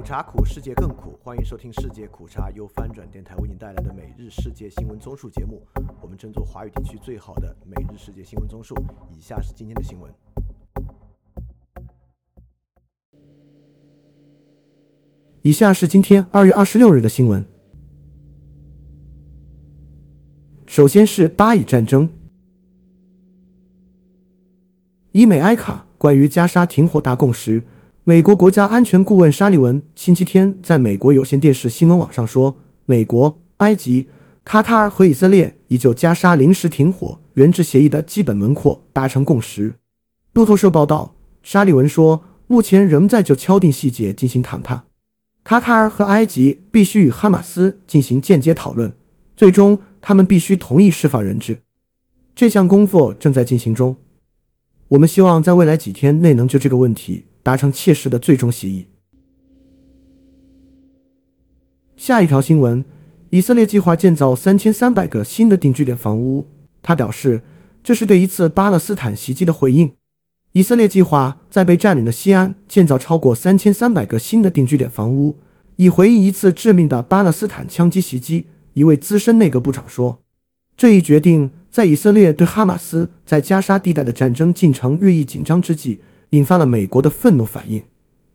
茶苦，世界更苦。欢迎收听世界苦茶由翻转电台为您带来的每日世界新闻综述节目。我们争做华语地区最好的每日世界新闻综述。以下是今天的新闻。 以下是今天2月26日的新闻。首先是巴以战争。以美埃卡关于加沙停火达共识，美国国家安全顾问沙利文星期天在美国有线电视新闻网上说，美国、埃及、卡塔尔和以色列已就加沙临时停火人质协议的基本轮廓达成共识。路透社报道，沙利文说，目前仍在就敲定细节进行谈判。卡塔尔和埃及必须与哈马斯进行间接讨论，最终他们必须同意释放人质。这项工作正在进行中。我们希望在未来几天内能就这个问题达成切实的最终协议。下一条新闻，以色列计划建造3300个新的定居点房屋。他表示，这是对一次巴勒斯坦袭击的回应。以色列计划在被占领的西岸建造超过3300个新的定居点房屋，以回应一次致命的巴勒斯坦枪击袭击。一位资深内阁部长说，这一决定在以色列对哈马斯在加沙地带的战争进程日益紧张之际，引发了美国的愤怒反应。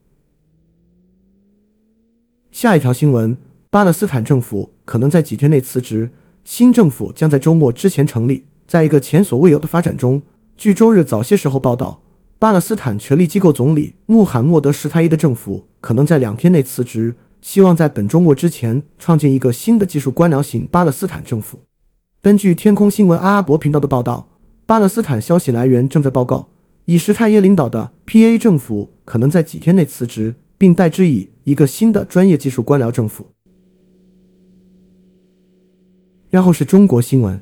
下一条新闻，巴勒斯坦政府可能在几天内辞职，新政府将在周末之前成立。在一个前所未有的发展中，据周日早些时候报道，巴勒斯坦权力机构总理穆罕默德·什塔伊的政府可能在2天内辞职，希望在本周末之前创建一个新的技术官僚型巴勒斯坦政府。根据天空新闻阿拉伯频道的报道，巴勒斯坦消息来源正在报告，以什塔耶领导的 PA 政府可能在几天内辞职，并代之以一个新的专业技术官僚政府。然后是中国新闻。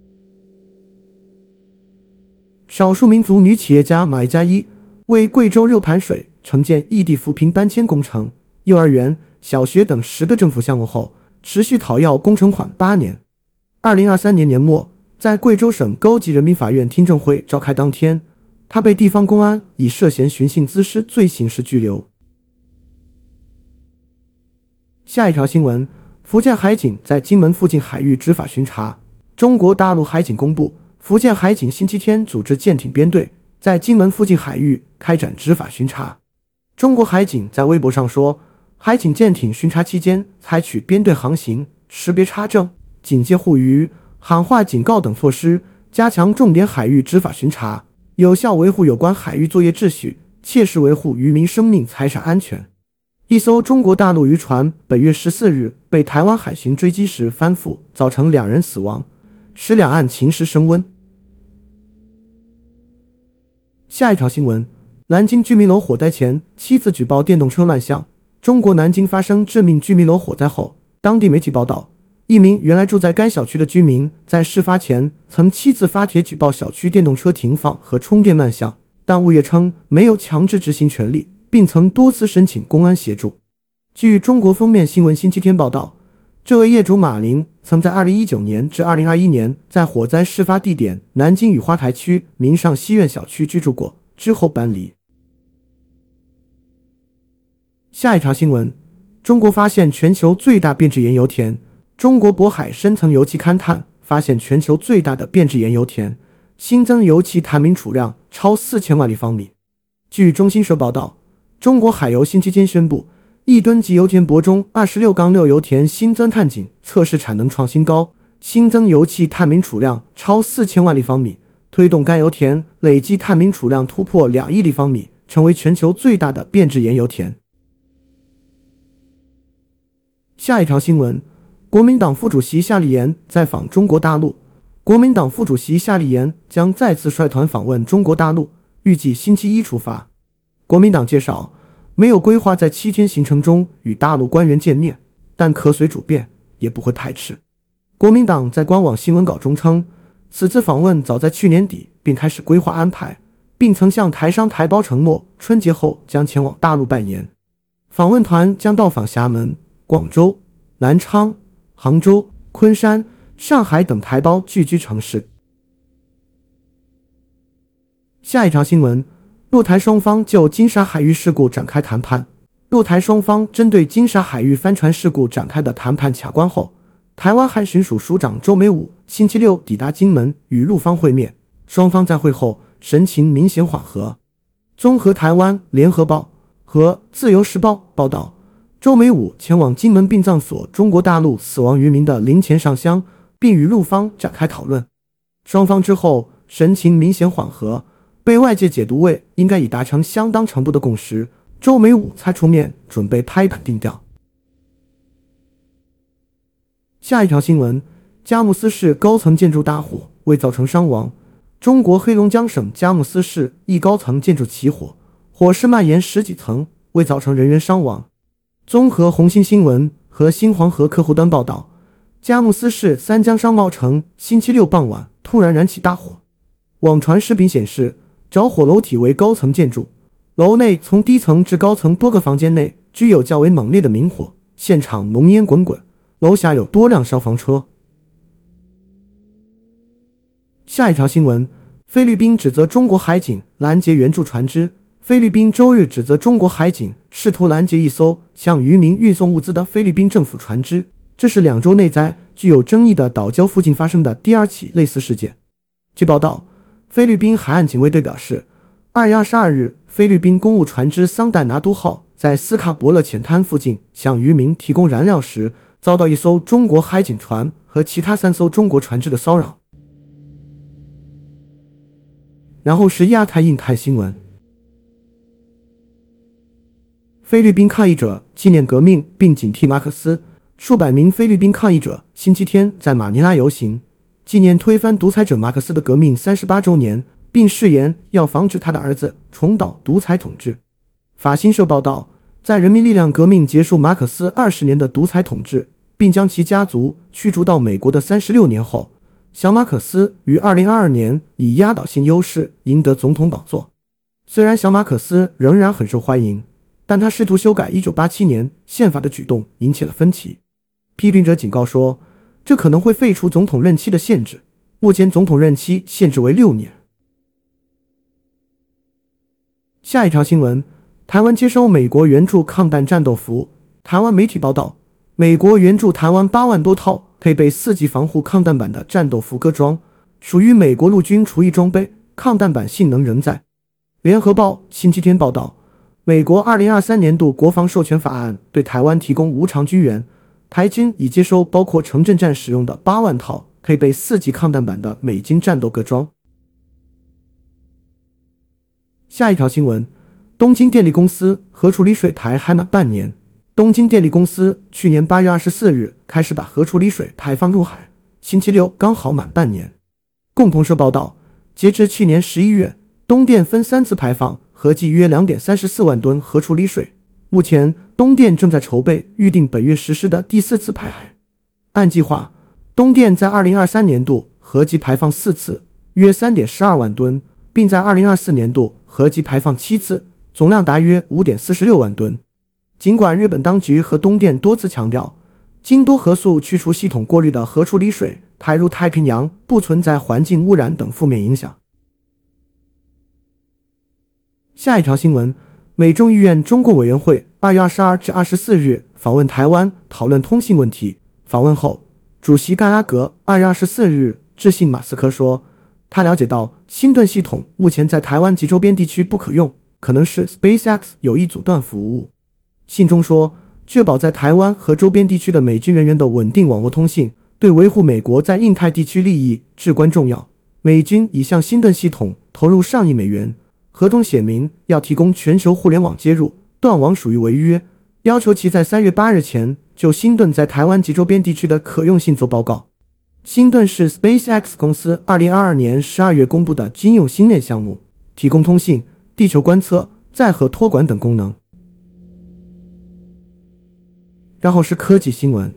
少数民族女企业家马加一为贵州肉盘水承建异地扶贫搬迁工程、幼儿园、小学等10个政府项目后，持续讨要工程款8年。2023年年末，在贵州省高级人民法院听证会召开当天，他被地方公安以涉嫌寻衅滋事罪刑事拘留。下一条新闻，福建海警在金门附近海域执法巡查。中国大陆海警公布，福建海警星期天组织舰艇编队在金门附近海域开展执法巡查。中国海警在微博上说，海警舰艇巡查期间采取编队航行、识别查证、警戒护渔、喊话警告等措施，加强重点海域执法巡查，有效维护有关海域作业秩序，切实维护渔民生命财产安全。一艘中国大陆渔船本月14日被台湾海巡追击时翻覆，造成2人死亡，使两岸情势升温。下一条新闻，南京居民楼火灾前妻子举报电动车乱象。中国南京发生致命居民楼火灾后，当地媒体报道，一名原来住在该小区的居民在事发前曾妻子发帖举报小区电动车停放和充电乱象，但物业称没有强制执行权利，并曾多次申请公安协助。据中国封面新闻星期天报道，这位业主马林曾在2019年至2021年在火灾事发地点南京雨花台区民上西苑小区居住过，之后搬离。下一条新闻，中国发现全球最大变质岩油田。中国渤海深层油气勘探发现全球最大的变质岩油田，新增油气探明储量超4000万立方米。据中新社报道，中国海油星期天宣布，1吨级油田博中26-6油田新增探井测试产能创新高，新增油气探明储量超4000万立方米，推动该油田累计探明储量突破2亿立方米，成为全球最大的变质岩油田。下一条新闻，国民党副主席夏立言在访中国大陆。国民党副主席夏立言将再次率团访问中国大陆，预计星期一出发。国民党介绍，没有规划在7天行程中与大陆官员见面，但可随主便，也不会排斥。国民党在官网新闻稿中称，此次访问早在去年底便开始规划安排，并曾向台商台胞承诺春节后将前往大陆拜年。访问团将到访厦门、广州、南昌、杭州、昆山、上海等台胞聚居城市。下一条新闻，陆台双方就金沙海域事故展开谈判。 陆台双方针对金沙海域帆船事故展开的谈判卡关后，台湾海巡署署长周美武星期六抵达金门与陆方会面，双方在会后神情明显缓和。综合台湾联合报和自由时报报道，周美武前往金门殡葬所中国大陆死亡渔民的灵前上香，并与陆方展开讨论。双方之后神情明显缓和，被外界解读为应该已达成相当程度的共识，周美武才出面准备拍板定调。下一条新闻，佳木斯市高层建筑大火未造成伤亡。中国黑龙江省佳木斯市一高层建筑起火，火势蔓延十几层，未造成人员伤亡。综合红星新闻和新黄河客户端报道，佳木斯市三江商贸城星期六傍晚突然燃起大火。网传视频显示，着火楼体为高层建筑，楼内从低层至高层多个房间内均有较为猛烈的明火，现场浓烟滚滚，楼下有多辆消防车。下一条新闻，菲律宾指责中国海警拦截援助船只。菲律宾周日指责中国海警试图拦截一艘向渔民运送物资的菲律宾政府船只，这是2周内在具有争议的岛礁附近发生的第2起类似事件。据报道，菲律宾海岸警卫队表示，2月22日，菲律宾公务船只桑代拿督号在斯卡伯勒浅滩附近向渔民提供燃料时，遭到一艘中国海警船和其他3艘中国船只的骚扰。然后是亚太印太新闻。菲律宾抗议者纪念革命并警惕马可斯，数百名菲律宾抗议者星期天在马尼拉游行，纪念推翻独裁者马克思的革命38周年，并誓言要防止他的儿子重蹈独裁统治。法新社报道，在人民力量革命结束马可思20年的独裁统治，并将其家族驱逐到美国的36年后，小马可思于2022年以压倒性优势赢得总统宝座。虽然小马可思仍然很受欢迎，但他试图修改1987年宪法的举动引起了分歧。批评者警告说，这可能会废除总统任期的限制，目前总统任期限制为6年。下一条新闻，台湾接收美国援助抗弹战斗服。台湾媒体报道，美国援助台湾8万多套配备4级防护抗弹板的战斗服搁装，属于美国陆军厨役装备，抗弹板性能仍在。联合报星期天报道，美国2023年度国防授权法案对台湾提供无偿军援，台军已接收包括城镇战使用的8万套配备4级抗弹板的美军战斗搁装。下一条新闻，东京电力公司核处理水台还满半年。东京电力公司去年8月24日开始把核处理水排放入海，星期六刚好满半年。共同社报道，截至去年11月，东电分3次排放合计约 2.34 万吨核处理水。目前东电正在筹备预定本月实施的第4次排海。按计划，东电在2023年度合计排放4次，约 3.12 万吨，并在2024年度合计排放7次，总量达约 5.46 万吨。尽管日本当局和东电多次强调，经多核素去除系统过滤的核处理水排入太平洋不存在环境污染等负面影响。下一条新闻，美众议院中共委员会2月22至24日访问台湾，讨论通信问题。访问后，主席盖拉格2月24日致信马斯克说，他了解到新盾系统目前在台湾及周边地区不可用，可能是 SpaceX 有意阻断服务。信中说，确保在台湾和周边地区的美军人员的稳定网络通信，对维护美国在印太地区利益至关重要。美军已向新盾系统投入上亿美元，合同写明要提供全球互联网接入，断网属于违约，要求其在3月8日前就新盾在台湾及周边地区的可用性做报告。新盾是 SpaceX 公司2022年12月公布的军用星链项目，提供通信、地球观测、载荷托管等功能。然后是科技新闻。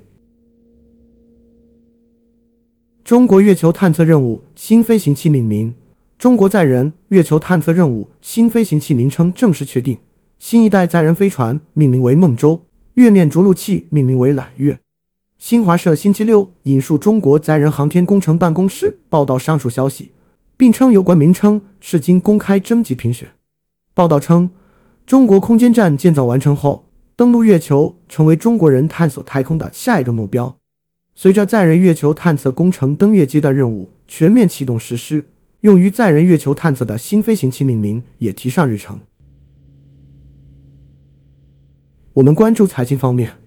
中国月球探测任务新飞行器命名。中国载人月球探测任务新飞行器名称正式确定，新一代载人飞船命名为梦舟，月面着陆器命名为揽月。新华社星期六引述中国载人航天工程办公室报道上述消息，并称有关名称是经公开征集评选。报道称，中国空间站建造完成后， 登陆月球成为中国人探索太空的下一个目标。随着载人月球探测工程登月阶段任务全面启动实施，用于载人月球探测的新飞行器命名也提上日程。我们关注财经方面，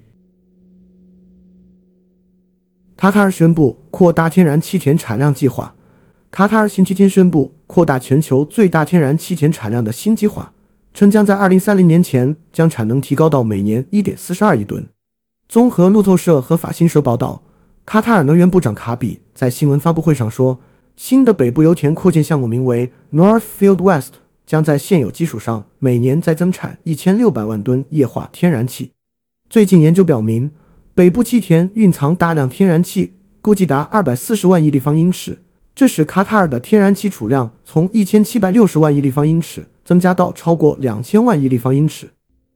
卡塔尔宣布扩大天然气田产量计划。卡塔尔星期天宣布扩大全球最大天然气田产量的新计划，称将在2030年前将产能提高到每年 1.42 亿吨。综合路透社和法新社报道，卡塔尔能源部长卡比在新闻发布会上说，新的北部油田扩建项目名为 North Field West， 将在现有基础上每年再增产1600万吨液化天然气。最近研究表明，北部气田蕴藏大量天然气，估计达240万亿立方英尺，这使卡塔尔的天然气储量从1760万亿立方英尺增加到超过2000万亿立方英尺。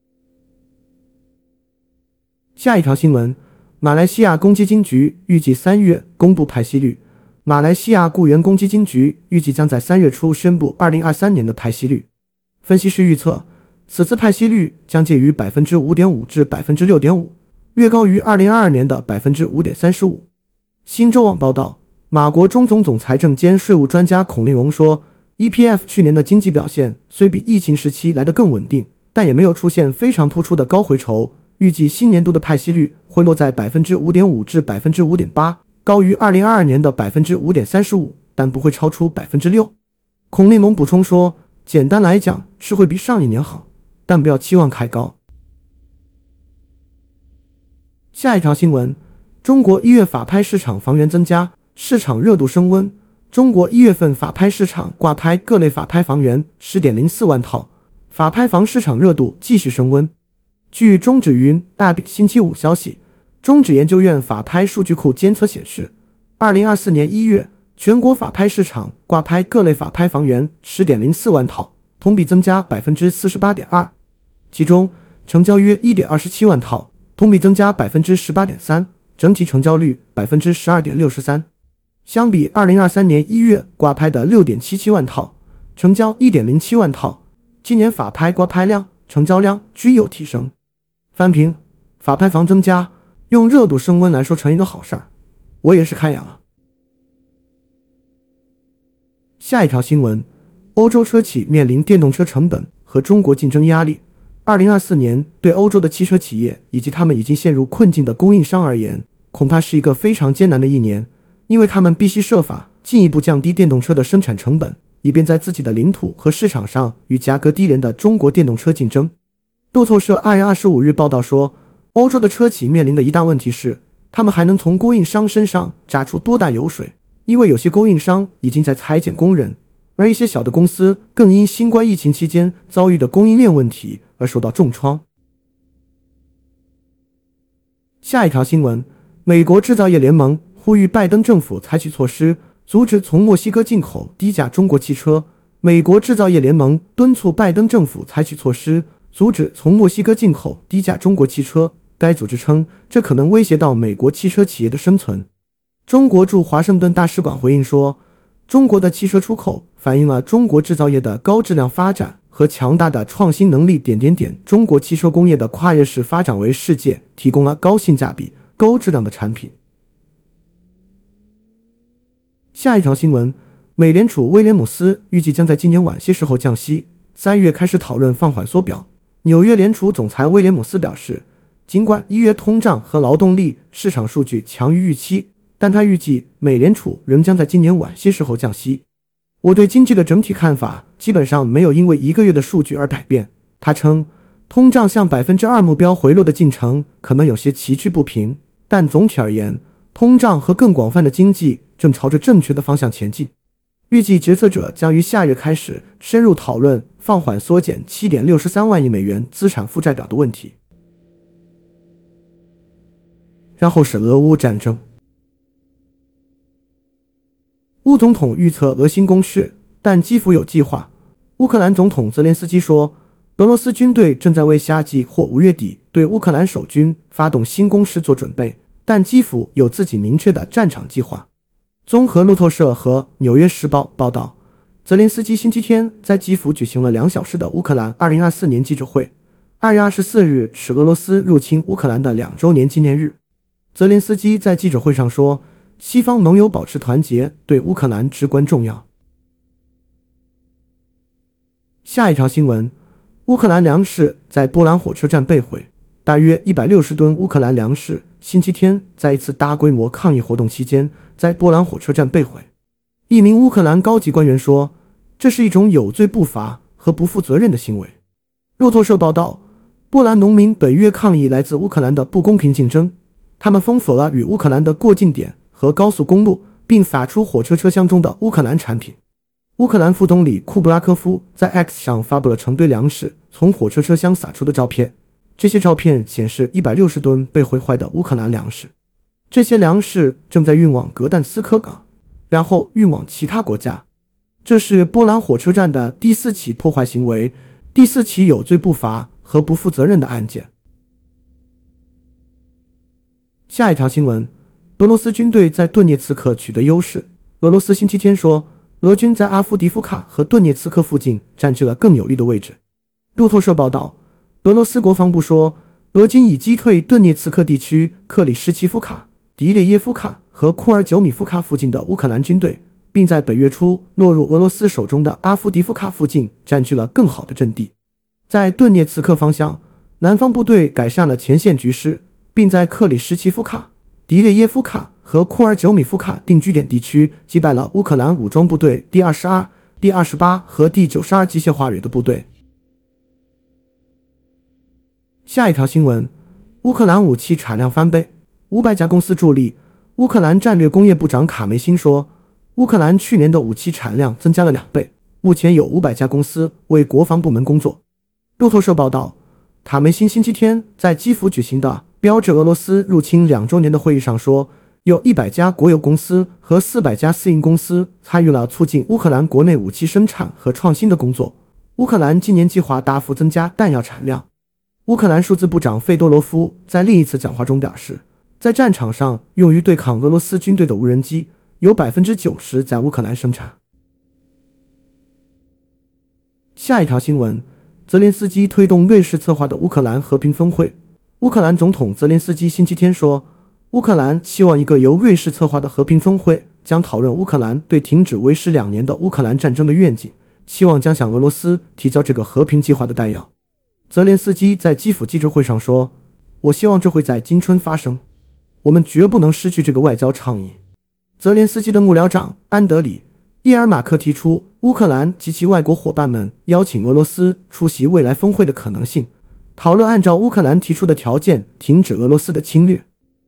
下一条新闻，马来西亚公积金局预计3月公布派息率。马来西亚雇员公积金局预计将在3月初宣布2023年的派息率。分析师预测，此次派息率将介于 5.5% 至 6.5%， 略高于2022年的 5.35%。新洲网报道，马国中总财政兼税务专家孔令荣说， EPF 去年的经济表现虽比疫情时期来得更稳定，但也没有出现非常突出的高回酬，预计新年度的派息率会落在 5.5% 至 5.8%， 高于2022年的 5.35%， 但不会超出 6%。 孔令龙补充说，简单来讲是会比上一年好，但不要期望太高。下一条新闻，中国1月法拍市场房源增加，市场热度升温。中国1月份法拍市场挂拍各类法拍房源 10.04 万套，法拍房市场热度继续升温。据中指云大星期五消息，中指研究院法拍数据库监测显示，2024年1月全国法拍市场挂拍各类法拍房源 10.04 万套，同比增加 48.2%， 其中成交约 1.27 万套，同比增加 18.3%， 整体成交率 12.63%。 相比2023年1月挂拍的 6.77 万套，成交 1.07 万套，今年法拍挂拍量、成交量均有提升。翻评，法拍房增加，用热度升温来说成一个好事儿，我也是看养了。下一条新闻，欧洲车企面临电动车成本和中国竞争压力。2024年对欧洲的汽车企业以及他们已经陷入困境的供应商而言，恐怕是一个非常艰难的一年，因为他们必须设法进一步降低电动车的生产成本，以便在自己的领土和市场上与价格低廉的中国电动车竞争。路透社2月25日报道说，欧洲的车企面临的一大问题是，他们还能从供应商身上榨出多大油水，因为有些供应商已经在裁减工人，而一些小的公司更因新冠疫情期间遭遇的供应链问题而受到重创。下一条新闻，美国制造业联盟呼吁拜登政府采取措施，阻止从墨西哥进口低价中国汽车。美国制造业联盟敦促拜登政府采取措施，阻止从墨西哥进口低价中国汽车。该组织称，这可能威胁到美国汽车企业的生存。中国驻华盛顿大使馆回应说，中国的汽车出口反映了中国制造业的高质量发展和强大的创新能力。中国汽车工业的跨越式发展为世界提供了高性价比、高质量的产品。下一条新闻，美联储威廉姆斯预计将在今年晚些时候降息，3月开始讨论放缓缩表。纽约联储总裁威廉姆斯表示，尽管1月通胀和劳动力市场数据强于预期，但他预计美联储仍将在今年晚些时候降息。我对经济的整体看法基本上没有因为1个月的数据而改变。他称，通胀向 2% 目标回落的进程可能有些崎岖不平，但总体而言，通胀和更广泛的经济正朝着正确的方向前进。预计决策者将于下月开始深入讨论放缓缩减 7.63 万亿美元资产负债表的问题。然后是俄乌战争。乌总统预测俄新攻势，但基辅有计划。乌克兰总统泽连斯基说，俄罗斯军队正在为夏季或5月底对乌克兰守军发动新攻势做准备，但基辅有自己明确的战场计划。综合路透社和纽约时报报道，泽连斯基星期天在基辅举行了2小时的乌克兰2024年记者会。 2月24日是俄罗斯入侵乌克兰的2周年纪念日。泽连斯基在记者会上说，西方盟友保持团结对乌克兰至关重要。下一条新闻，乌克兰粮食在波兰火车站被毁，大约160吨乌克兰粮食星期天在一次大规模抗议活动期间在波兰火车站被毁。一名乌克兰高级官员说，这是一种有罪不罚和不负责任的行为。路透社报道，波兰农民本月抗议来自乌克兰的不公平竞争，他们封锁了与乌克兰的过境点和高速公路，并撒出火车车厢中的乌克兰产品。乌克兰副总理库布拉科夫在 X 上发布了成堆粮食从火车车厢撒出的照片，这些照片显示160吨被毁坏的乌克兰粮食。这些粮食正在运往格但斯克港，然后运往其他国家。这是波兰火车站的第4起破坏行为，第4起有罪不罚和不负责任的案件。下一条新闻，俄罗斯军队在顿涅茨克取得优势。俄罗斯星期天说，俄军在阿夫迪夫卡和顿涅茨克附近占据了更有利的位置。路透社报道，俄罗斯国防部说，俄军已击退顿涅茨克地区克里什奇夫卡、迪列耶夫卡和库尔久米夫卡附近的乌克兰军队，并在本月初落入俄罗斯手中的阿夫迪夫卡附近占据了更好的阵地。在顿涅茨克方向，南方部队改善了前线局势，并在克里什奇夫卡、迪列耶夫卡和库尔久米夫卡定居点地区击败了乌克兰武装部队第22、第28和第92机械化旅的部队。下一条新闻，乌克兰武器产量翻倍，500家公司助力。乌克兰战略工业部长卡梅辛说，乌克兰去年的武器产量增加了2倍，目前有500家公司为国防部门工作。路透社报道，卡梅辛星期天在基辅举行的标志俄罗斯入侵2周年的会议上说，有100家国有公司和400家私营公司参与了促进乌克兰国内武器生产和创新的工作。乌克兰今年计划大幅增加弹药产量。乌克兰数字部长费多罗夫在另一次讲话中表示，在战场上用于对抗俄罗斯军队的无人机有 90% 在乌克兰生产。下一条新闻，泽连斯基推动瑞士策划的乌克兰和平峰会。乌克兰总统泽连斯基星期天说，乌克兰希望一个由瑞士策划的和平峰会将讨论乌克兰对停止为时2年的乌克兰战争的愿景，期望将向俄罗斯提交这个和平计划的弹药。泽连斯基在基辅记者会上说，我希望这会在今春发生，我们绝不能失去这个外交倡议。泽连斯基的幕僚长安德里·叶尔马克提出，乌克兰及其外国伙伴们邀请俄罗斯出席未来峰会的可能性，讨论按照乌克兰提出的条件停止俄罗斯的侵略。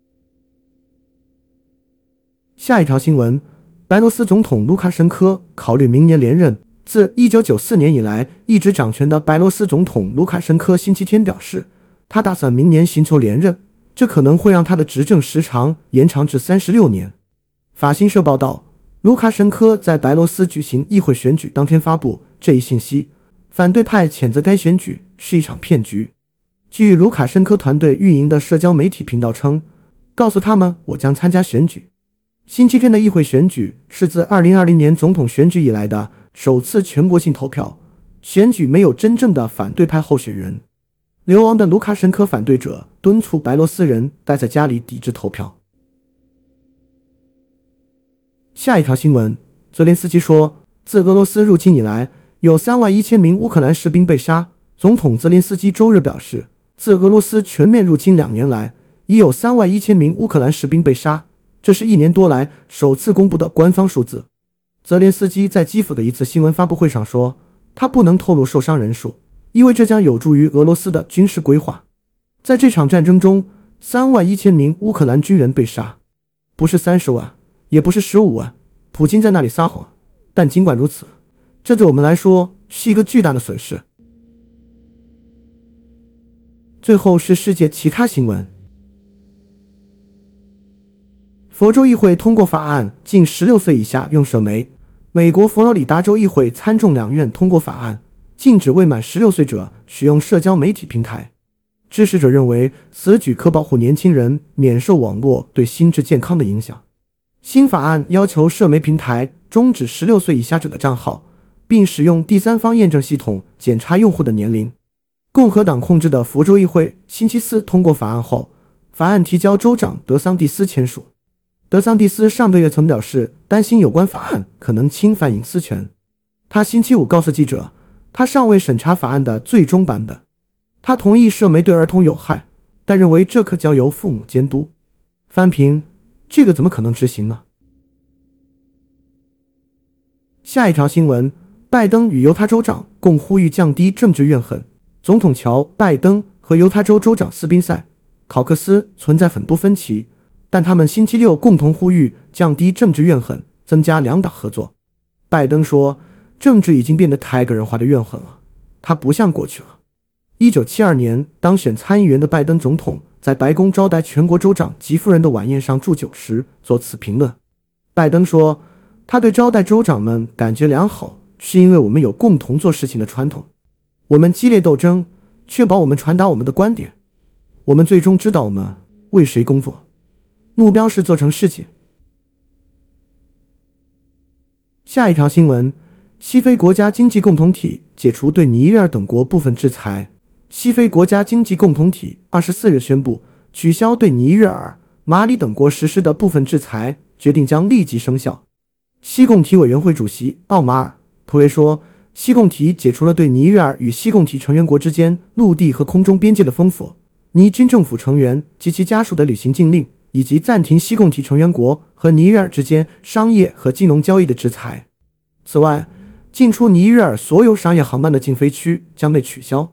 下一条新闻，白罗斯总统卢卡申科考虑明年连任。自1994年以来一直掌权的白罗斯总统卢卡申科星期天表示，他打算明年寻求连任，这可能会让他的执政时长延长至36年。法新社报道，卢卡申科在白罗斯举行议会选举当天发布这一信息，反对派谴责该选举是一场骗局。据卢卡申科团队运营的社交媒体频道称，告诉他们我将参加选举。星期天的议会选举是自2020年总统选举以来的首次全国性投票，选举没有真正的反对派候选人。流亡的卢卡申科反对者敦促白罗斯人待在家里抵制投票。下一条新闻，泽连斯基说，自俄罗斯入侵以来，有31000名乌克兰士兵被杀。总统泽连斯基周日表示，自俄罗斯全面入侵2年来，已有31000名乌克兰士兵被杀，这是1年多来首次公布的官方数字。泽连斯基在基辅的一次新闻发布会上说，他不能透露受伤人数，因为这将有助于俄罗斯的军事规划。在这场战争中，31000名乌克兰军人被杀，不是30万，也不是15万，普京在那里撒谎。但尽管如此，这对我们来说是一个巨大的损失。最后是世界其他新闻。佛州议会通过法案，禁16岁以下用社媒。美国佛罗里达州议会参众两院通过法案，禁止未满16岁者使用社交媒体平台。支持者认为，此举可保护年轻人免受网络对心智健康的影响。新法案要求社媒平台终止16岁以下者的账号，并使用第三方验证系统检查用户的年龄。 共和党控制的佛州议会星期四通过法案后，法案提交州长德桑蒂斯签署。德桑蒂斯上个月曾表示担心有关法案可能侵犯隐私权。他星期五告诉记者，他尚未审查法案的最终版本。他同意社媒对儿童有害，但认为这可交由父母监督。翻评：这个怎么可能执行呢？下一条新闻，拜登与犹他州长共呼吁降低政治怨恨。总统乔·拜登和犹他州州长斯宾塞·考克斯存在很多分歧，但他们星期六共同呼吁降低政治怨恨，增加两党合作。拜登说，政治已经变得太个人化的怨恨了，它不像过去了。1972年当选参议员的拜登总统在白宫招待全国州长及夫人的晚宴上祝酒时做此评论。拜登说，他对招待州长们感觉良好，是因为我们有共同做事情的传统。我们激烈斗争，确保我们传达我们的观点。我们最终知道我们为谁工作，目标是做成事情。下一条新闻，西非国家经济共同体解除对尼日尔等国部分制裁。西非国家经济共同体24日宣布取消对尼日尔、马里等国实施的部分制裁，决定将立即生效。西共体委员会主席奥马尔·图维说，西共体解除了对尼日尔与西共体成员国之间陆地和空中边界的封锁，尼军政府成员及其家属的旅行禁令，以及暂停西共体成员国和尼日尔之间商业和金融交易的制裁。此外，进出尼日尔所有商业航班的禁飞区将被取消。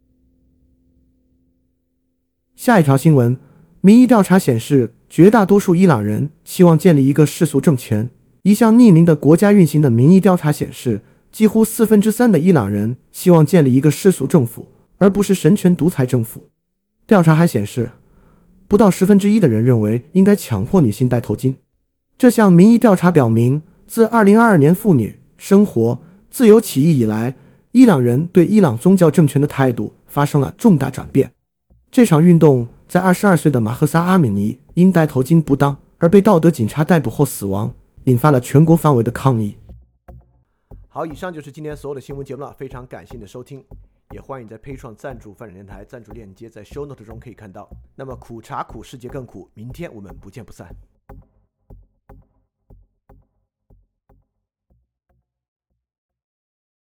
下一条新闻，民意调查显示，绝大多数伊朗人希望建立一个世俗政权。一项匿名的国家运行的民意调查显示，几乎3/4的伊朗人希望建立一个世俗政府，而不是神权独裁政府。调查还显示，不到1/10的人认为应该强迫女性戴头巾。这项民意调查表明，自2022年妇女、生活、自由起义以来，伊朗人对伊朗宗教政权的态度发生了重大转变。这场运动在22岁的马赫萨·阿米尼因戴头巾不当而被道德警察逮捕后死亡，引发了全国范围的抗议。 好，以上就是今天所有的新闻节目了，非常感谢你的收听，也欢迎在Patreon赞助翻转电台，赞助链接在 show note 中可以看到。那么苦茶苦，世界更苦，明天我们不见不散。